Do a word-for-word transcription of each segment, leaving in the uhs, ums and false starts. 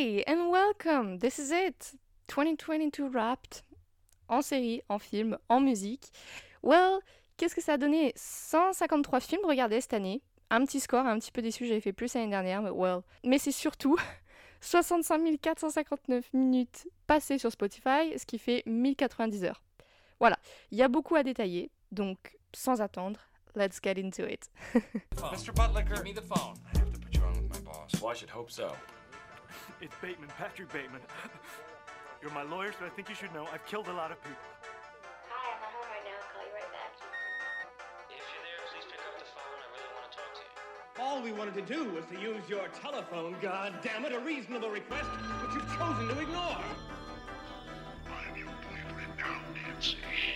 Hey, and welcome! This is it! twenty twenty-two Wrapped, en série, en film, en musique. Well, qu'est-ce que ça a donné? cent cinquante-trois films regardés cette année. Un petit score, un petit peu déçu, j'avais fait plus l'année dernière, mais well. Mais c'est surtout soixante-cinq mille quatre cent cinquante-neuf minutes passées sur Spotify, ce qui fait mille quatre-vingt-dix heures. Voilà, il y a beaucoup à détailler, donc sans attendre, let's get into it. Mister Buttlicker, give me the phone. I have to put you on with my boss. Well, I should hope so. It's Bateman, Patrick Bateman. You're my lawyer, so I think you should know I've killed a lot of people. Hi, I'm not home right now. I'll call you right back. If you're there, please pick up the phone. I really want to talk to you. All we wanted to do was to use your telephone, God damn it, a reasonable request, which you've chosen to ignore. I'm your boyfriend now, Nancy.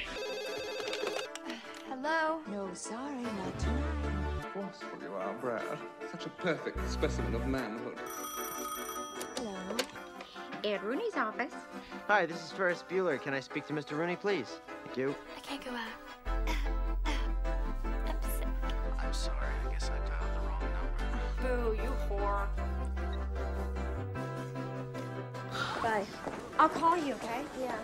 Hello? No, sorry, not tonight. Forceful you are, Brad. Such a perfect specimen of manhood. Hello. Ed Rooney's office. Hi, this is Ferris Bueller. Can I speak to Mister Rooney, please? Thank you. I can't go out. I'm sick. I'm sorry, I guess I dialed the wrong number. Boo, you whore. Bye. I'll call you, okay? Yeah.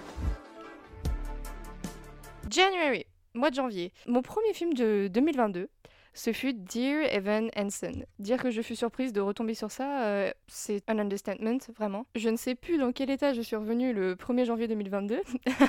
January, mois de janvier. Mon premier film de deux mille vingt-deux, ce fut Dear Evan Hansen. Dire que je fus surprise de retomber sur ça, euh, c'est un understatement, vraiment. Je ne sais plus dans quel état je suis revenue le premier janvier deux mille vingt-deux.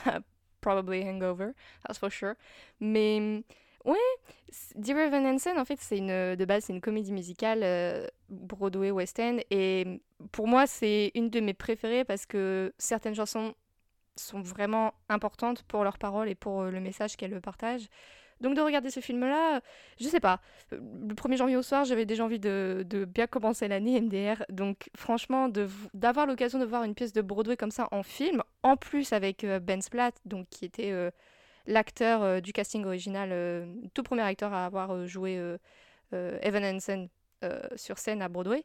Probably hangover, that's for sure. Mais ouais, Dear Evan Hansen, en fait, c'est une, de base, c'est une comédie musicale euh, Broadway West End. Et pour moi, c'est une de mes préférées parce que certaines chansons sont vraiment importantes pour leurs paroles et pour le message qu'elles partagent. Donc de regarder ce film-là, je sais pas, le premier janvier au soir, j'avais déjà envie de, de bien commencer l'année M D R, donc franchement, de, d'avoir l'occasion de voir une pièce de Broadway comme ça en film, en plus avec euh, Ben Platt, donc qui était euh, l'acteur euh, du casting original, euh, tout premier acteur à avoir euh, joué euh, euh, Evan Hansen euh, sur scène à Broadway.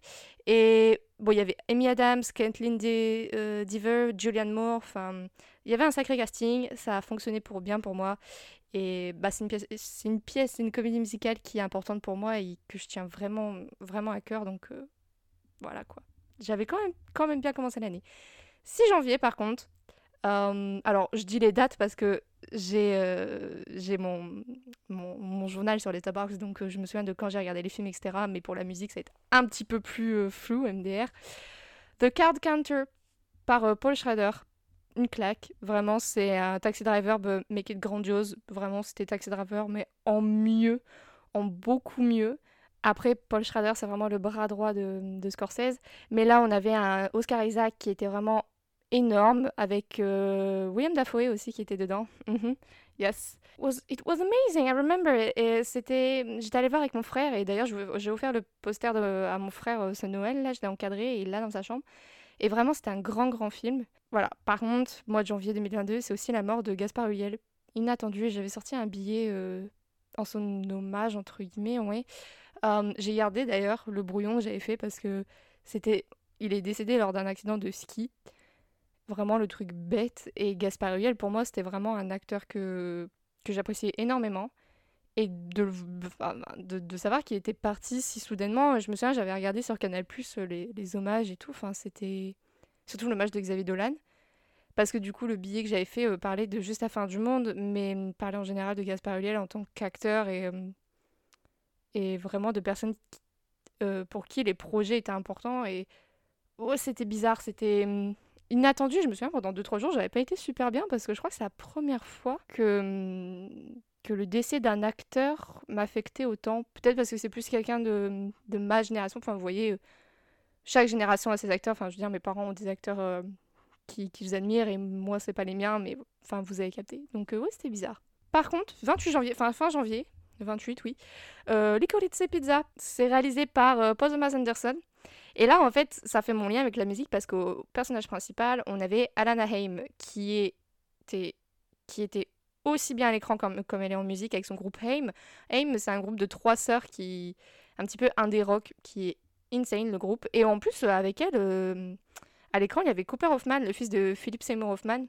Et bon, il y avait Amy Adams, Caitlin De- euh, Dever, Julianne Moore, enfin, il y avait un sacré casting, ça a fonctionné pour bien pour moi. Et bah, c'est une pièce, c'est une pièce, c'est une comédie musicale qui est importante pour moi et que je tiens vraiment, vraiment à cœur. Donc euh, voilà quoi. J'avais quand même, quand même bien commencé l'année. six janvier par contre. Euh, alors je dis les dates parce que j'ai, euh, j'ai mon, mon, mon journal sur Letterboxd, donc euh, je me souviens de quand j'ai regardé les films, et cetera. Mais pour la musique, ça va être un petit peu plus euh, flou, M D R. The Card Counter par euh, Paul Schrader. Une claque, vraiment, c'est un Taxi Driver, but make it grandiose. Vraiment, c'était Taxi Driver, mais en mieux, en beaucoup mieux. Après, Paul Schrader, c'est vraiment le bras droit de, de Scorsese. Mais là, on avait un Oscar Isaac qui était vraiment énorme, avec euh, William Dafoe aussi qui était dedans. Mm-hmm. Yes. It was, it was amazing, I remember. Et c'était, j'étais allée voir avec mon frère, et d'ailleurs, j'ai offert le poster de, à mon frère ce Noël, là, je l'ai encadré, et il l'a dans sa chambre. Et vraiment, c'était un grand, grand film. Voilà. Par contre, mois de janvier deux mille vingt-deux, c'est aussi la mort de Gaspard Ulliel. Inattendu. Et j'avais sorti un billet euh, en son hommage, entre guillemets, ouais. Euh, j'ai gardé d'ailleurs le brouillon que j'avais fait parce que c'était... Il est décédé lors d'un accident de ski. Vraiment le truc bête. Et Gaspard Ulliel, pour moi, c'était vraiment un acteur que, que j'appréciais énormément. Et de, de, de savoir qu'il était parti si soudainement, je me souviens, j'avais regardé sur Canal plus, les, les hommages et tout, enfin, c'était surtout l'hommage de Xavier Dolan, parce que du coup, le billet que j'avais fait euh, parlait de Juste la fin du monde, mais parlait en général de Gaspard Ulliel en tant qu'acteur et, euh, et vraiment de personnes qui, euh, pour qui les projets étaient importants. Et oh, c'était bizarre, c'était hum, inattendu. Je me souviens, pendant deux trois jours, j'avais pas été super bien, parce que je crois que c'est la première fois que... Hum, que le décès d'un acteur m'affectait autant. Peut-être parce que c'est plus quelqu'un de, de ma génération. Enfin, vous voyez, chaque génération a ses acteurs. Enfin, je veux dire, mes parents ont des acteurs euh, qui, qu'ils admirent et moi, c'est pas les miens. Mais enfin, vous avez capté. Donc, euh, ouais, c'était bizarre. Par contre, vingt-huit janvier, enfin, fin janvier, vingt-huit, oui, euh, Licorice Pizza, c'est réalisé par euh, Paul Thomas Anderson. Et là, en fait, ça fait mon lien avec la musique parce qu'au personnage principal, on avait Alana Haim qui était... Qui était aussi bien à l'écran comme, comme elle est en musique avec son groupe Haim. Haim, c'est un groupe de trois sœurs qui... un petit peu indé rock, qui est insane, le groupe. Et en plus, avec elle, euh, à l'écran, il y avait Cooper Hoffman, le fils de Philip Seymour Hoffman.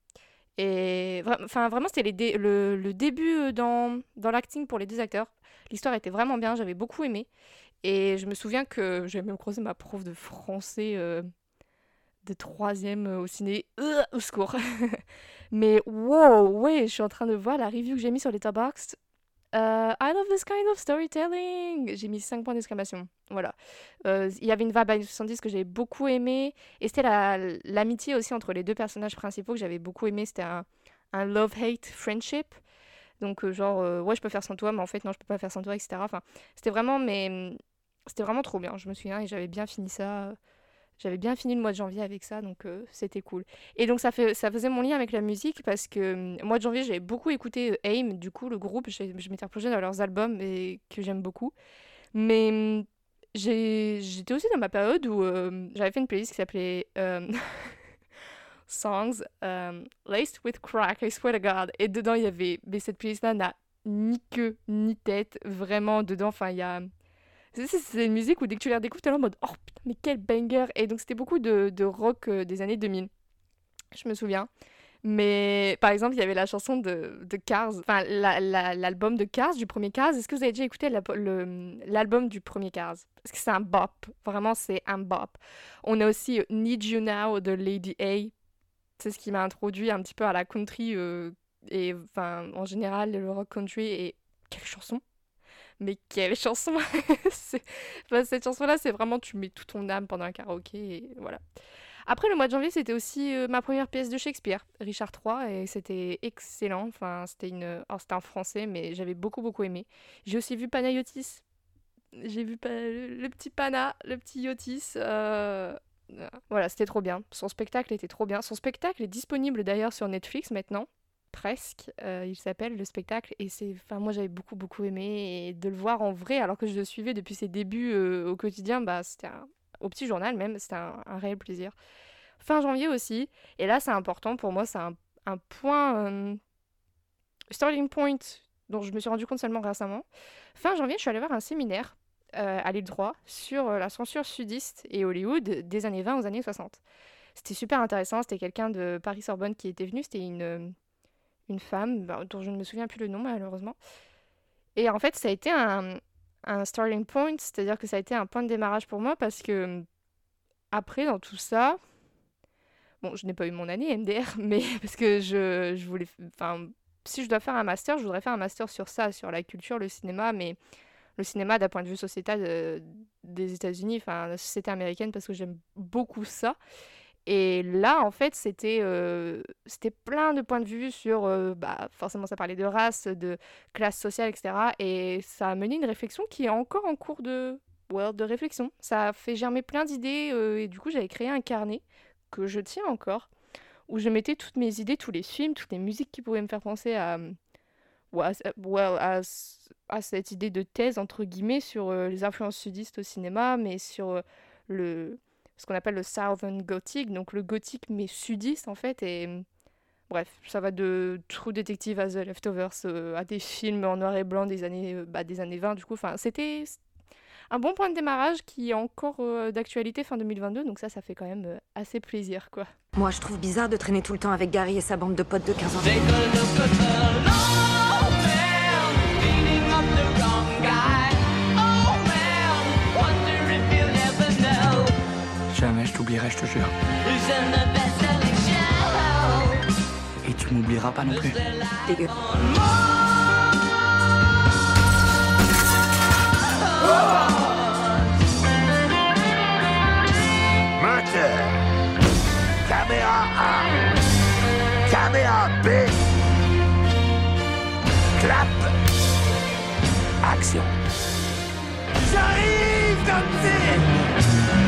Et vra- enfin, vraiment, c'était les dé- le, le début dans, dans l'acting pour les deux acteurs. L'histoire était vraiment bien, j'avais beaucoup aimé. Et je me souviens que j'avais même croisé ma prof de français... Euh, de troisième au ciné. Euh, au secours. Mais wow, ouais, je suis en train de voir la review que j'ai mis sur Letterboxd. Euh, I love this kind of storytelling. J'ai mis cinq points d'exclamation. Voilà. Euh, Il y avait une vibe années soixante-dix que j'avais beaucoup aimé. Et c'était la, l'amitié aussi entre les deux personnages principaux que j'avais beaucoup aimé. C'était un, un love-hate friendship. Donc, euh, genre, euh, ouais, je peux faire sans toi, mais en fait, non, je peux pas faire sans toi, et cetera. Enfin, c'était vraiment, mais c'était vraiment trop bien. Je me souviens et j'avais bien fini ça. J'avais bien fini le mois de janvier avec ça, donc euh, c'était cool. Et donc ça, fait, ça faisait mon lien avec la musique parce que euh, mois de janvier, j'avais beaucoup écouté euh, AIM, du coup, le groupe, j'ai, je m'étais replongée dans leurs albums et que j'aime beaucoup. Mais euh, j'ai, j'étais aussi dans ma période où euh, j'avais fait une playlist qui s'appelait euh, Songs euh, Laced with Crack, I swear to God. Et dedans, il y avait... Mais cette playlist-là n'a ni queue, ni tête, vraiment, dedans, enfin, il y a... C'est, c'est, c'est une musique où dès que tu la découvres, t'es là en mode « Oh putain, mais quel banger !» Et donc, c'était beaucoup de, de rock euh, des années deux mille. Je me souviens. Mais, par exemple, il y avait la chanson de, de Cars, enfin, la, la, l'album de Cars, du premier Cars. Est-ce que vous avez déjà écouté la, le, l'album du premier Cars? Parce que c'est un bop. Vraiment, c'est un bop. On a aussi Need You Now de Lady A. C'est ce qui m'a introduit un petit peu à la country euh, et, enfin, en général, le rock country. Et quelle chanson! Mais quelle chanson! c'est... Enfin, cette chanson-là, c'est vraiment, tu mets toute ton âme pendant un karaoké, et voilà. Après, le mois de janvier, c'était aussi euh, ma première pièce de Shakespeare, Richard trois, et c'était excellent. Enfin, c'était, une... oh, c'était en français, mais j'avais beaucoup, beaucoup aimé. J'ai aussi vu Panayotis. J'ai vu pa... le petit Pana, le petit Yotis. Euh... Voilà, c'était trop bien. Son spectacle était trop bien. Son spectacle est disponible d'ailleurs sur Netflix maintenant. Presque, euh, il s'appelle le spectacle, et c'est, enfin moi j'avais beaucoup beaucoup aimé, et de le voir en vrai alors que je le suivais depuis ses débuts euh, au quotidien, bah c'était un, au petit journal même, c'était un, un réel plaisir. Fin janvier aussi, et là c'est important pour moi, c'est un, un point euh, starting point dont je me suis rendu compte seulement récemment. Fin janvier, je suis allée voir un séminaire euh, à l'île Droit sur euh, la censure sudiste et Hollywood des années vingt aux années soixante. C'était super intéressant, c'était quelqu'un de Paris-Sorbonne qui était venu, c'était une une femme, bah, dont je ne me souviens plus le nom malheureusement. Et en fait, ça a été un, un starting point, c'est-à-dire que ça a été un point de démarrage pour moi parce que après, dans tout ça, bon, je n'ai pas eu mon année M D R, mais parce que je, je voulais, enfin, si je dois faire un master, je voudrais faire un master sur ça, sur la culture, le cinéma, mais le cinéma d'un point de vue sociétal de, des États-Unis, enfin, la société américaine, parce que j'aime beaucoup ça. Et là, en fait, c'était, euh, c'était plein de points de vue sur, euh, bah, forcément, ça parlait de race, de classe sociale, et cetera. Et ça a mené une réflexion qui est encore en cours de, well, de réflexion. Ça a fait germer plein d'idées, euh, et du coup, j'avais créé un carnet que je tiens encore, où je mettais toutes mes idées, tous les films, toutes les musiques qui pouvaient me faire penser à, well, well, à, à cette idée de thèse, entre guillemets, sur euh, les influences sudistes au cinéma, mais sur euh, le... ce qu'on appelle le Southern Gothic, donc le gothique mais sudiste en fait, et bref, ça va de True Detective à The Leftovers euh, à des films en noir et blanc des années, euh, bah, des années vingt du coup, enfin c'était un bon point de démarrage qui est encore euh, d'actualité fin deux mille vingt-deux, donc ça, ça fait quand même euh, assez plaisir quoi. Moi je trouve bizarre de traîner tout le temps avec Gary et sa bande de potes de quinze ans. Jamais je t'oublierai, je te jure. Et tu m'oublieras pas non plus. Dégueu. Moteur. Caméra A. Caméra B. Clap. Action. J'arrive, Dante.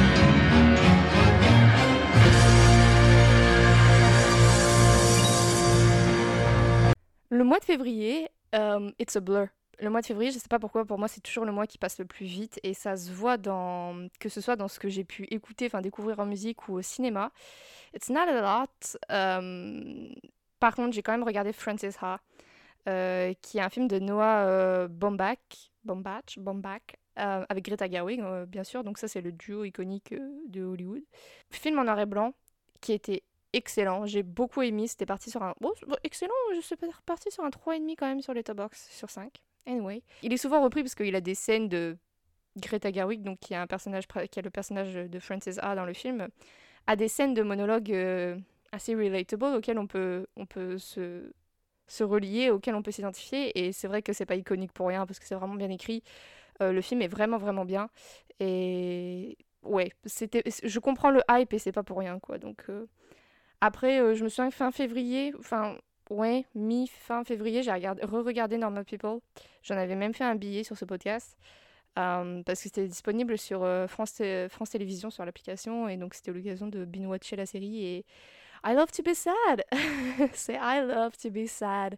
Le mois de février, um, it's a blur. Le mois de février, je sais pas pourquoi, pour moi c'est toujours le mois qui passe le plus vite, et ça se voit dans, que ce soit dans ce que j'ai pu écouter, enfin découvrir en musique ou au cinéma. It's not a lot. Um, par contre, j'ai quand même regardé Frances Ha, euh, qui est un film de Noah euh, Baumbach, Baumbach, Baumbach euh, avec Greta Gerwig, euh, bien sûr. Donc ça, c'est le duo iconique euh, de Hollywood. Film en noir et blanc qui était excellent, j'ai beaucoup aimé, c'était parti sur un... Oh, excellent, je suis parti sur un trois virgule cinq quand même sur Letterboxd, sur cinq. Anyway. Il est souvent repris parce qu'il a des scènes de Greta Gerwig, donc qui a, un personnage, qui a le personnage de Frances Ha dans le film, a des scènes de monologues euh, assez relatable auxquelles on peut, on peut se, se relier, auxquelles on peut s'identifier. Et c'est vrai que c'est pas iconique pour rien parce que c'est vraiment bien écrit. Euh, le film est vraiment, vraiment bien. Et ouais, c'était, je comprends le hype et c'est pas pour rien, quoi. Donc, euh... après, euh, je me souviens que fin février, enfin, ouais, mi-fin février, j'ai regardé, re-regardé Normal People. J'en avais même fait un billet sur ce podcast. Um, parce que c'était disponible sur euh, France, Té- France Télévisions, sur l'application, et donc c'était l'occasion de binge-watcher la série, et I love to be sad. C'est I love to be sad.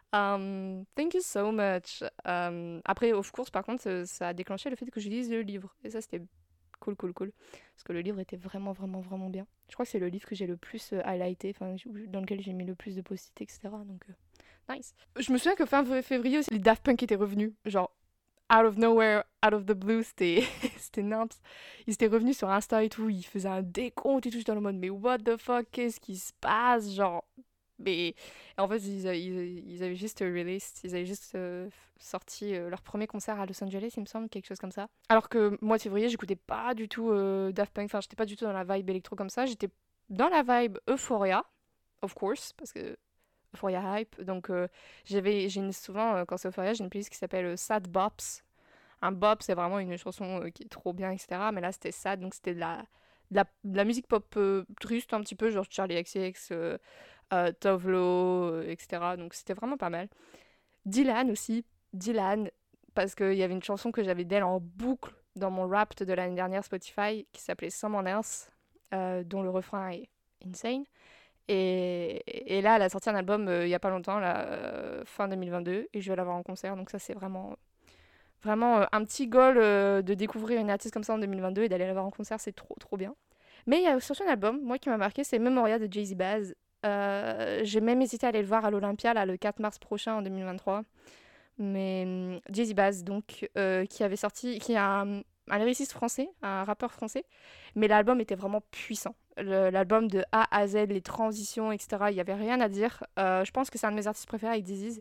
Um, thank you so much. Um, après, of course, par contre, ça, ça a déclenché le fait que je lise le livre, et ça c'était cool, cool, cool, parce que le livre était vraiment, vraiment, vraiment bien. Je crois que c'est le livre que j'ai le plus euh, highlighté, enfin, dans lequel j'ai mis le plus de post-it, et cetera. Donc, euh, nice. Je me souviens que fin février aussi, les Daft Punk étaient revenus, genre out of nowhere, out of the blue, c'était, c'était nimps. Ils étaient revenus sur Insta et tout, ils faisaient un décompte et tout, j'étais dans le mode, mais what the fuck, qu'est-ce qui se passe, genre, mais en fait, ils, ils, ils avaient juste released, ils avaient juste euh, sorti euh, leur premier concert à Los Angeles, il me semble, quelque chose comme ça. Alors que mois de février, j'écoutais pas du tout euh, Daft Punk, enfin, j'étais pas du tout dans la vibe électro comme ça, j'étais dans la vibe Euphoria, of course, parce que Euphoria hype, donc euh, j'avais, j'ai une, souvent euh, quand c'est Euphoria, j'ai une playlist qui s'appelle euh, Sad Bops. Un bop, c'est vraiment une chanson euh, qui est trop bien, et cetera. Mais là, c'était sad, donc c'était de la, de la, de la musique pop euh, triste un petit peu, genre Charlie X C X, euh, euh, Tovlo, euh, et cetera. Donc c'était vraiment pas mal. Dylan aussi, Dylan, parce qu'il y avait une chanson que j'avais d'elle en boucle dans mon Wrapped de l'année dernière Spotify, qui s'appelait Someone Else, euh, dont le refrain est insane. Et, et là, elle a sorti un album euh, il y a pas longtemps, là, euh, fin deux mille vingt-deux, et je vais la voir en concert, donc ça c'est vraiment, vraiment euh, un petit goal euh, de découvrir une artiste comme ça en deux mille vingt-deux et d'aller la voir en concert, c'est trop trop bien. Mais il y a surtout un album, moi qui m'a marqué, c'est Memoria de Jay-Z Baz. Euh, j'ai même hésité à aller le voir à l'Olympia là, le quatre mars prochain en deux mille vingt-trois. Mais um, Jay-Z Baz, donc, euh, qui avait sorti, qui est un, un lyriciste français, un rappeur français, mais l'album était vraiment puissant. Le, l'album de A à Z, les transitions, et cetera, il n'y avait rien à dire. Euh, je pense que c'est un de mes artistes préférés avec Disease.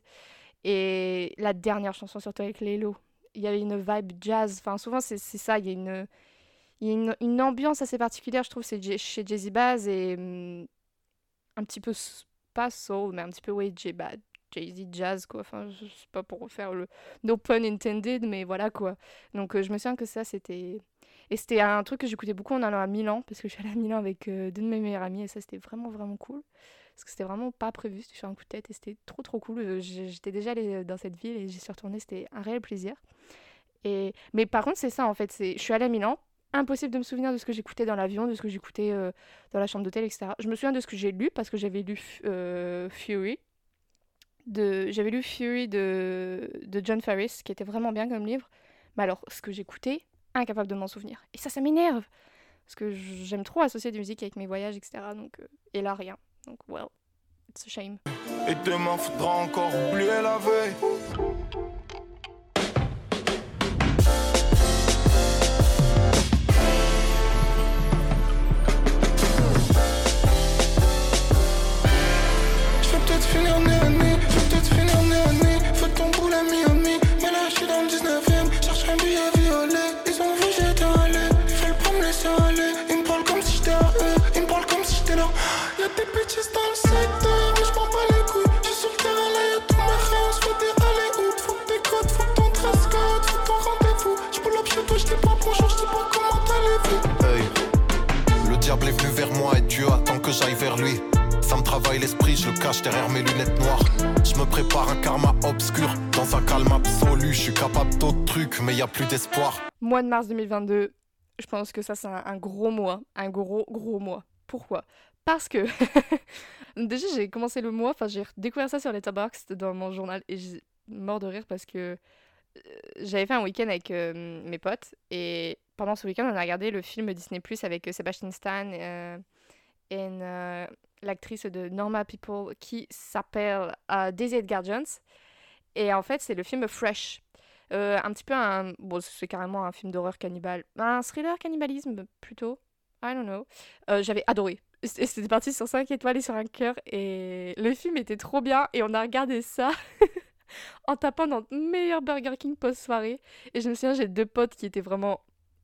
Et la dernière chanson, surtout avec Lélo, il y avait une vibe jazz. Enfin, souvent, c'est, c'est ça, il y a, une, il y a une, une ambiance assez particulière, je trouve, c'est J- chez Jay-Z Baz, et hum, un petit peu, pas soul, mais un petit peu, ouais, J-Bad. Jay-Z jazz, quoi, enfin, je sais pas pour refaire le no pun intended, mais voilà, quoi. Donc, euh, je me souviens que ça, c'était... Et c'était un truc que j'écoutais beaucoup en allant à Milan, parce que je suis allée à Milan avec euh, deux de mes meilleurs amis, et ça, c'était vraiment, vraiment cool. Parce que c'était vraiment pas prévu, c'était sur un coup de tête, et c'était trop, trop cool. Euh, j'étais déjà allée dans cette ville, et j'y suis retournée, c'était un réel plaisir. Et... Mais par contre, c'est ça, en fait, c'est... je suis allée à Milan, impossible de me souvenir de ce que j'écoutais dans l'avion, de ce que j'écoutais euh, dans la chambre d'hôtel, et cetera. Je me souviens de ce que j'ai lu, parce que j'avais lu euh, Fury, De, j'avais lu Fury de, de John Farris, qui était vraiment bien comme livre. Mais alors, ce que j'écoutais, incapable de m'en souvenir. Et ça, ça m'énerve. Parce que j'aime trop associer des musiques avec mes voyages, et cetera. Donc, euh, et là, rien. Donc, well, it's a shame. Et demain, faudra encore oublier la veille. Je vais peut-être finir nez à nez. Je vais peut-être finir nez à nez. Fais ton boule à Miami. Mais là, je suis dans le dix-neuvième. Cherche un billet violet. Ils ont vu, j'étais allé. Ils veulent pas me laisser aller. Ils me parlent comme si j'étais à eux. Ils me parlent comme si j'étais là. Y'a des bitches dans le secteur. Mais je m'en bats les couilles. Je suis sur le terrain là, y'a tout ma fin. On se fait des allées-outs. Faut que tes codes, faut que ton dress code. Faut ton rendez-vous. J'pull up chez toi, j'dis pas bonjour, j'dis pas comment allez-vous. Hey, le diable est venu vers moi et Dieu attend que j'aille vers lui. Ça me travaille l'esprit, je le cache derrière mes lunettes noires. Je me prépare un karma obscur, dans un calme absolu. Je suis capable d'autres trucs, mais y a plus d'espoir. Mois de mars deux mille vingt-deux, je pense que ça c'est un, un gros mois, un gros gros mois. Pourquoi ? Parce que déjà j'ai commencé le mois, enfin j'ai découvert ça sur Letterboxd dans mon journal et j'ai mort de rire parce que euh, j'avais fait un week-end avec euh, mes potes et pendant ce week-end on a regardé le film Disney Plus avec euh, Sebastian Stan euh, et euh, l'actrice de Normal People qui s'appelle euh, Daisy Edgar Jones. Et en fait, c'est le film Fresh. Euh, un petit peu un... Bon, c'est carrément un film d'horreur cannibale. Un thriller cannibalisme, plutôt. I don't know. Euh, j'avais adoré. C'était parti sur cinq étoiles et sur un cœur. Et le film était trop bien. Et on a regardé ça en tapant dans le meilleur Burger King post-soirée. Et je me souviens, j'ai deux potes qui étaient vraiment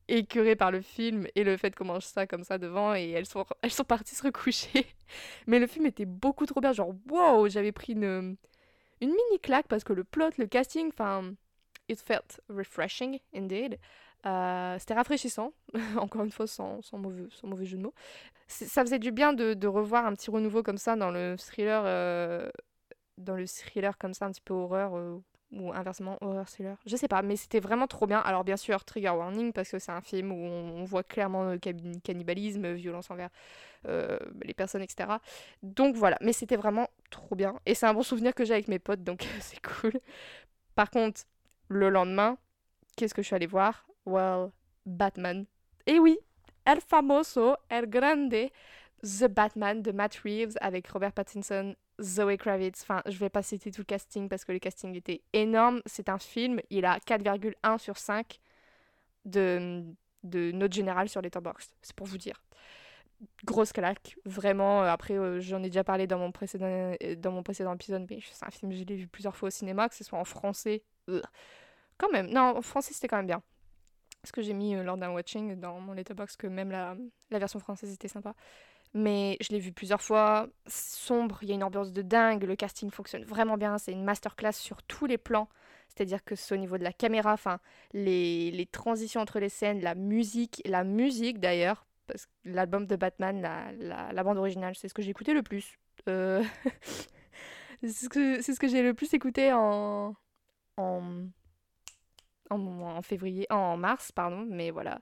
écœurées par le film et le fait qu'on mange ça comme ça devant, et elles sont, elles sont parties se recoucher. Mais le film était beaucoup trop bien, genre wow, j'avais pris une, une mini claque parce que le plot, le casting, enfin, it felt refreshing indeed. Euh, c'était rafraîchissant, encore une fois sans, sans, mauvais, sans mauvais jeu de mots. C'est, ça faisait du bien de, de revoir un petit renouveau comme ça dans le thriller, euh, dans le thriller comme ça, un petit peu horreur, euh, ou inversement horror thriller, je sais pas, mais c'était vraiment trop bien. Alors bien sûr, trigger warning, parce que c'est un film où on, on voit clairement le cab- cannibalisme, violence envers euh, les personnes, et cetera. Donc voilà, mais c'était vraiment trop bien, et c'est un bon souvenir que j'ai avec mes potes, donc c'est cool. Par contre, le lendemain, qu'est-ce que je suis allée voir? Well, Batman. Et oui, El Famoso, El Grande, The Batman de Matt Reeves avec Robert Pattinson, Zoe Kravitz. Enfin, je vais pas citer tout le casting parce que le casting était énorme. C'est un film, il a quatre virgule un sur cinq de, de note générale sur Letterboxd. C'est pour vous dire. Grosse claque, vraiment. Après, euh, j'en ai déjà parlé dans mon précédent, dans mon précédent épisode, mais c'est un film que je l'ai vu plusieurs fois au cinéma, que ce soit en français. Ugh. Quand même, non, en français c'était quand même bien. Parce que j'ai mis euh, lors d'un watching dans mon Letterboxd que même la, la version française était sympa. Mais je l'ai vu plusieurs fois, sombre, il y a une ambiance de dingue, le casting fonctionne vraiment bien, c'est une masterclass sur tous les plans. C'est-à-dire que c'est au niveau de la caméra, enfin, les, les transitions entre les scènes, la musique, la musique d'ailleurs, parce que l'album de Batman, la, la, la bande originale, c'est ce que j'ai écouté le plus. Euh... c'est, ce que, c'est ce que j'ai le plus écouté en... en... En, en février, en mars, pardon, mais voilà.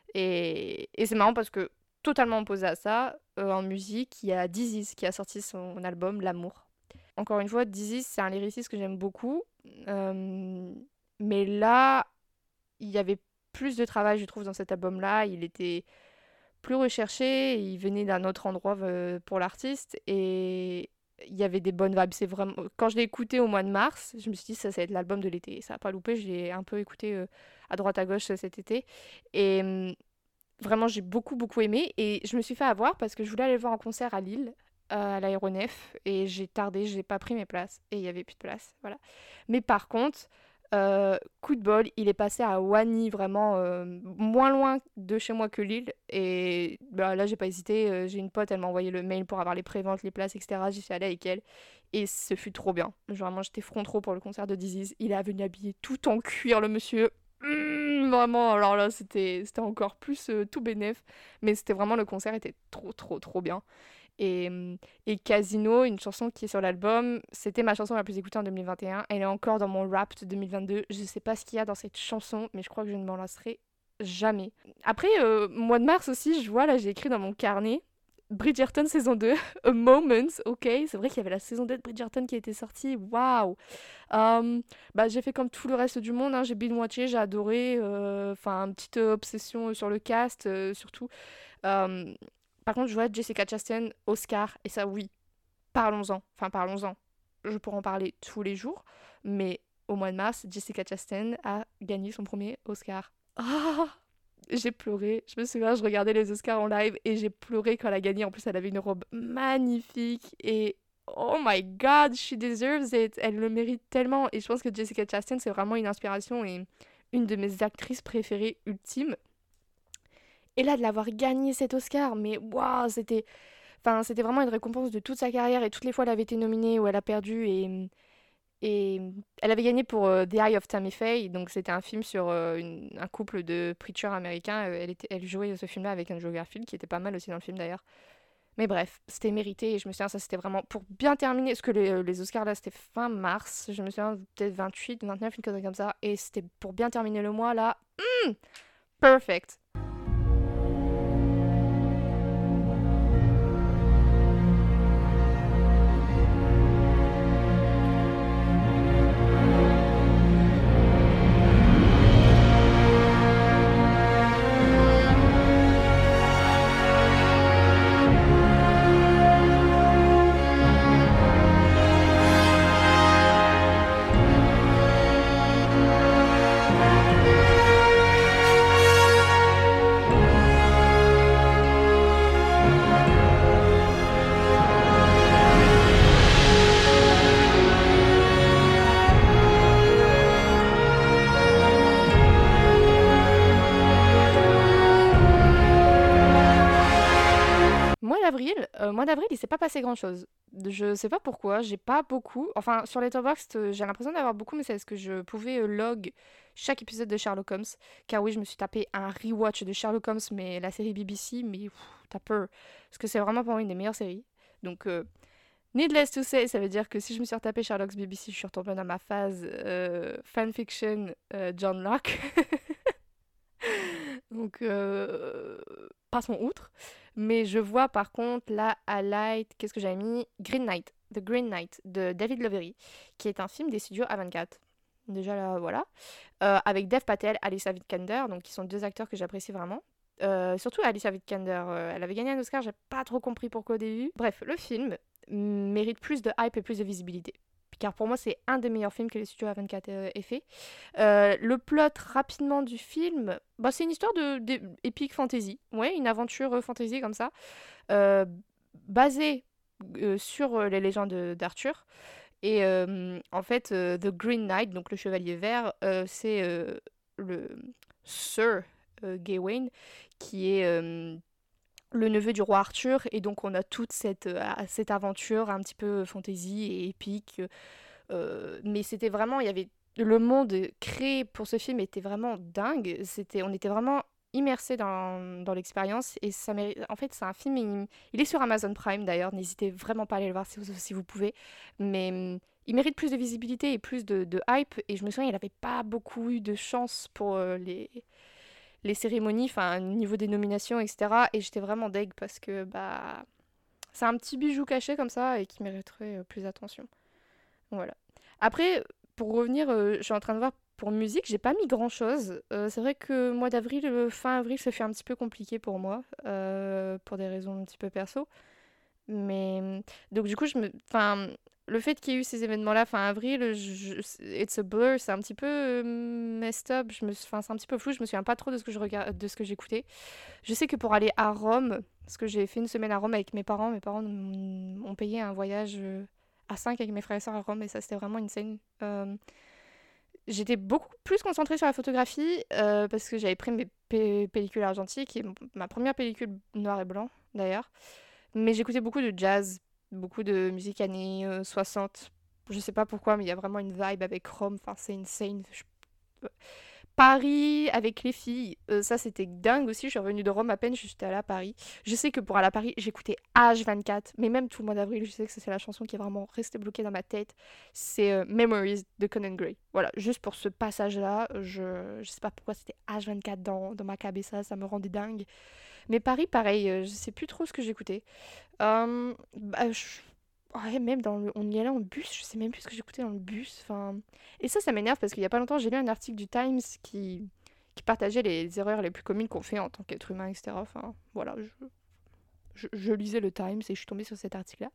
Et, et c'est marrant parce que, totalement opposé à ça, euh, en musique, il y a Dizzy qui a sorti son album L'amour. Encore une fois, Dizzy, c'est un lyriciste que j'aime beaucoup, euh, mais là, il y avait plus de travail, je trouve, dans cet album-là. Il était plus recherché, il venait d'un autre endroit euh, pour l'artiste, et il y avait des bonnes vibes. C'est vraiment... Quand je l'ai écouté au mois de mars, je me suis dit ça, ça va être l'album de l'été. Ça n'a pas loupé, je l'ai un peu écouté euh, à droite à gauche euh, cet été. Et euh, vraiment, j'ai beaucoup, beaucoup aimé. Et je me suis fait avoir parce que je voulais aller le voir en concert à Lille, euh, à l'aéronef. Et j'ai tardé, j'ai pas pris mes places. Et il n'y avait plus de place, voilà. Mais par contre, euh, coup de bol, il est passé à Wany, vraiment euh, moins loin de chez moi que Lille. Et bah, là, j'ai pas hésité. Euh, j'ai une pote, elle m'a envoyé le mail pour avoir les préventes, les places, et cetera. J'y suis allée avec elle. Et ce fut trop bien. Genre, vraiment, j'étais front trop pour le concert de Dizzy. Il est venu habillé tout en cuir, le monsieur. Mmh, vraiment, alors là, c'était, c'était encore plus euh, tout bénef. Mais c'était vraiment, le concert était trop, trop, trop bien. Et, et Casino, une chanson qui est sur l'album, c'était ma chanson la plus écoutée en deux mille vingt et un. Elle est encore dans mon rap de deux mille vingt-deux. Je sais pas ce qu'il y a dans cette chanson, mais je crois que je ne m'en lasserai jamais. Après, euh, mois de mars aussi, je vois, là, j'ai écrit dans mon carnet Bridgerton saison deux, A Moment, ok. C'est vrai qu'il y avait la saison deux de Bridgerton qui était sortie, waouh. Um, bah, j'ai fait comme tout le reste du monde, hein. J'ai binge-watché, j'ai adoré. Enfin, euh, petite euh, obsession sur le cast, euh, surtout. Um, Par contre, je vois Jessica Chastain, Oscar, et ça, oui, parlons-en. Enfin, parlons-en. Je pourrais en parler tous les jours, mais au mois de mars, Jessica Chastain a gagné son premier Oscar. Ah, j'ai pleuré. Je me souviens, je regardais les Oscars en live et j'ai pleuré quand elle a gagné. En plus, elle avait une robe magnifique et oh my god, she deserves it. Elle le mérite tellement. Et je pense que Jessica Chastain, c'est vraiment une inspiration et une de mes actrices préférées ultimes. Et là, de l'avoir gagné cet Oscar, mais waouh, c'était... Enfin, c'était vraiment une récompense de toute sa carrière et toutes les fois elle avait été nominée ou elle a perdu et... Et elle avait gagné pour euh, The Eye of Tammy Faye, donc c'était un film sur euh, une, un couple de preachers américains. Euh, elle, était, elle jouait ce film-là avec Andrew Garfield, qui était pas mal aussi dans le film d'ailleurs. Mais bref, c'était mérité et je me souviens, ça c'était vraiment pour bien terminer, parce que les, les Oscars là c'était fin mars, je me souviens peut-être vingt-huit, vingt-neuf, une connerie comme ça, et c'était pour bien terminer le mois là, mm, perfect. mois d'avril, euh, mois d'avril, il s'est pas passé grand-chose. Je sais pas pourquoi, j'ai pas beaucoup. Enfin, sur Letterboxd, euh, j'ai l'impression d'avoir beaucoup, mais c'est parce que je pouvais euh, log chaque épisode de Sherlock Holmes. Car oui, je me suis tapé un rewatch de Sherlock Holmes, mais la série B B C, mais pff, t'as peur. Parce que c'est vraiment pour moi une des meilleures séries. Donc, euh, needless to say, ça veut dire que si je me suis retapé Sherlock's B B C, je suis retombée dans ma phase euh, fanfiction euh, John Locke. Donc, euh, passons outre. Mais je vois par contre là à Light, qu'est-ce que j'avais mis Green Knight, The Green Knight de David Lowery, qui est un film des studios A vingt-quatre. Déjà là, voilà. Euh, avec Dev Patel, Alicia Vikander, donc qui sont deux acteurs que j'apprécie vraiment. Euh, surtout Alicia Vikander, euh, elle avait gagné un Oscar, j'ai pas trop compris pourquoi au début. Bref, le film mérite plus de hype et plus de visibilité. Car pour moi, c'est un des meilleurs films que les studios A vingt-quatre euh, aient fait. Euh, le plot rapidement du film, bah, c'est une histoire de, de épique fantasy. Ouais, une aventure euh, fantasy comme ça. Euh, basée euh, sur euh, les légendes d'Arthur. Et euh, en fait, euh, The Green Knight, donc le chevalier vert, euh, c'est euh, le Sir euh, Gawain, qui est euh, le neveu du roi Arthur, et donc on a toute cette, euh, cette aventure un petit peu fantasy et épique, euh, mais c'était vraiment, il y avait le monde créé pour ce film était vraiment dingue, c'était, on était vraiment immersé dans, dans l'expérience, et ça mérite, en fait c'est un film, il, il est sur Amazon Prime d'ailleurs, n'hésitez vraiment pas à aller le voir si vous, si vous pouvez, mais il mérite plus de visibilité et plus de, de hype, et je me souviens il n'avait pas beaucoup eu de chance pour euh, les... les cérémonies, enfin, au niveau des nominations, et cetera. Et j'étais vraiment deg parce que, bah, c'est un petit bijou caché comme ça et qui mériterait euh, plus d'attention. Voilà. Après, pour revenir, euh, je suis en train de voir pour musique, j'ai pas mis grand chose. Euh, c'est vrai que mois d'avril, euh, fin avril, ça fait un petit peu compliqué pour moi, euh, pour des raisons un petit peu perso. Mais, donc du coup, je me. Enfin. Le fait qu'il y ait eu ces événements-là fin avril, je, it's a blur, c'est un petit peu euh, messed up, je me, enfin, c'est un petit peu flou, je me souviens pas trop de ce que je regarde, de ce que j'écoutais. Je sais que pour aller à Rome, parce que j'ai fait une semaine à Rome avec mes parents, mes parents m'ont payé un voyage à cinq avec mes frères et sœurs à Rome, et ça c'était vraiment insane. Euh, j'étais beaucoup plus concentrée sur la photographie, euh, parce que j'avais pris mes p- pellicules argentiques, qui est ma première pellicule noir et blanc d'ailleurs, mais j'écoutais beaucoup de jazz, beaucoup de musique années euh, soixante. Je sais pas pourquoi, mais il y a vraiment une vibe avec Rome. Enfin, c'est insane. Je... Paris avec les filles, euh, ça c'était dingue aussi. Je suis revenue de Rome à peine, j'étais allée à Paris. Je sais que pour aller à Paris, j'écoutais H vingt-quatre, mais même tout le mois d'avril, je sais que ça, c'est la chanson qui est vraiment restée bloquée dans ma tête. C'est euh, Memories de Conan Gray. Voilà, juste pour ce passage-là, je, je sais pas pourquoi c'était H vingt-quatre dans, dans ma cabessa, ça me rendait dingue. Mais Paris, pareil, euh, je sais plus trop ce que j'écoutais. Euh, bah, je... ouais, même dans le... on y allait en bus, je sais même plus ce que j'écoutais dans le bus. Enfin... Et ça, ça m'énerve parce qu'il y a pas longtemps, j'ai lu un article du Times qui, qui partageait les erreurs les plus communes qu'on fait en tant qu'être humain, et cetera. Enfin, voilà, je... Je... je lisais le Times et je suis tombée sur cet article-là.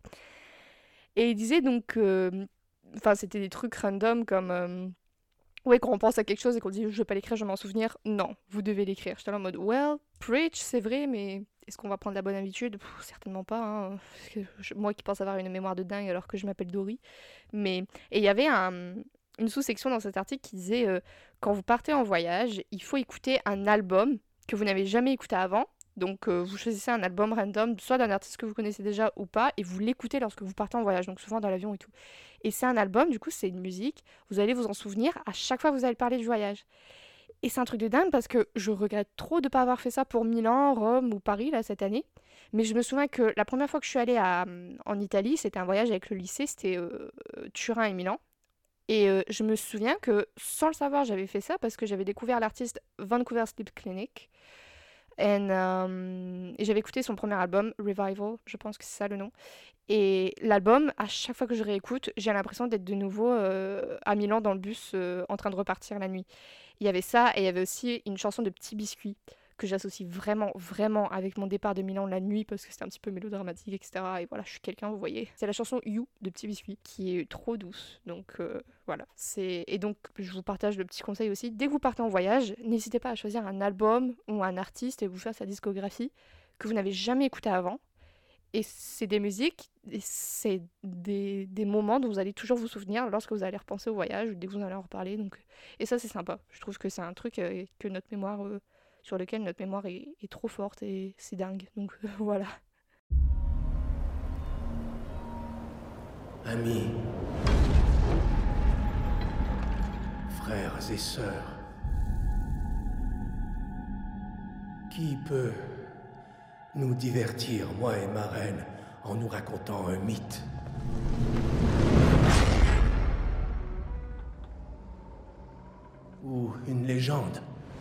Et il disait donc... Euh... Enfin, c'était des trucs random comme... Euh... Ouais, quand on pense à quelque chose et qu'on dit je vais pas l'écrire, je vais m'en souvenir. Non, vous devez l'écrire. J'étais là en mode well, preach, c'est vrai, mais est-ce qu'on va prendre la bonne habitude? Pff, certainement pas. Hein. Parce que je, moi qui pense avoir une mémoire de dingue alors que je m'appelle Dory. Mais et il y avait un, une sous-section dans cet article qui disait euh, quand vous partez en voyage, il faut écouter un album que vous n'avez jamais écouté avant. Donc euh, vous choisissez un album random, soit d'un artiste que vous connaissez déjà ou pas, et vous l'écoutez lorsque vous partez en voyage, donc souvent dans l'avion et tout. Et c'est un album, du coup c'est une musique, vous allez vous en souvenir à chaque fois que vous allez parler du voyage. Et c'est un truc de dingue parce que je regrette trop de ne pas avoir fait ça pour Milan, Rome ou Paris là cette année. Mais je me souviens que la première fois que je suis allée à, en Italie, c'était un voyage avec le lycée, c'était euh, Turin et Milan. Et euh, je me souviens que sans le savoir j'avais fait ça parce que j'avais découvert l'artiste Vancouver Sleep Clinic. And, um, et j'avais écouté son premier album, Revival, je pense que c'est ça le nom. Et l'album, à chaque fois que je réécoute, j'ai l'impression d'être de nouveau euh, à Milan dans le bus euh, en train de repartir la nuit. Il y avait ça et il y avait aussi une chanson de Petit Biscuit que j'associe vraiment, vraiment avec mon départ de Milan la nuit parce que c'était un petit peu mélodramatique, et cetera. Et voilà, je suis quelqu'un, vous voyez. C'est la chanson You de Petit Biscuit qui est trop douce. Donc euh, voilà. C'est... Et donc, je vous partage le petit conseil aussi. Dès que vous partez en voyage, n'hésitez pas à choisir un album ou un artiste et vous faire sa discographie que vous n'avez jamais écouté avant. Et c'est des musiques, et c'est des, des moments dont vous allez toujours vous souvenir lorsque vous allez repenser au voyage ou dès que vous allez en reparler. Donc... Et ça, c'est sympa. Je trouve que c'est un truc euh, que notre mémoire... Euh, sur lequel notre mémoire est, est trop forte et c'est dingue. Donc euh, voilà. Amis, frères et sœurs, qui peut nous divertir, moi et ma reine, en nous racontant un mythe? Ou une légende?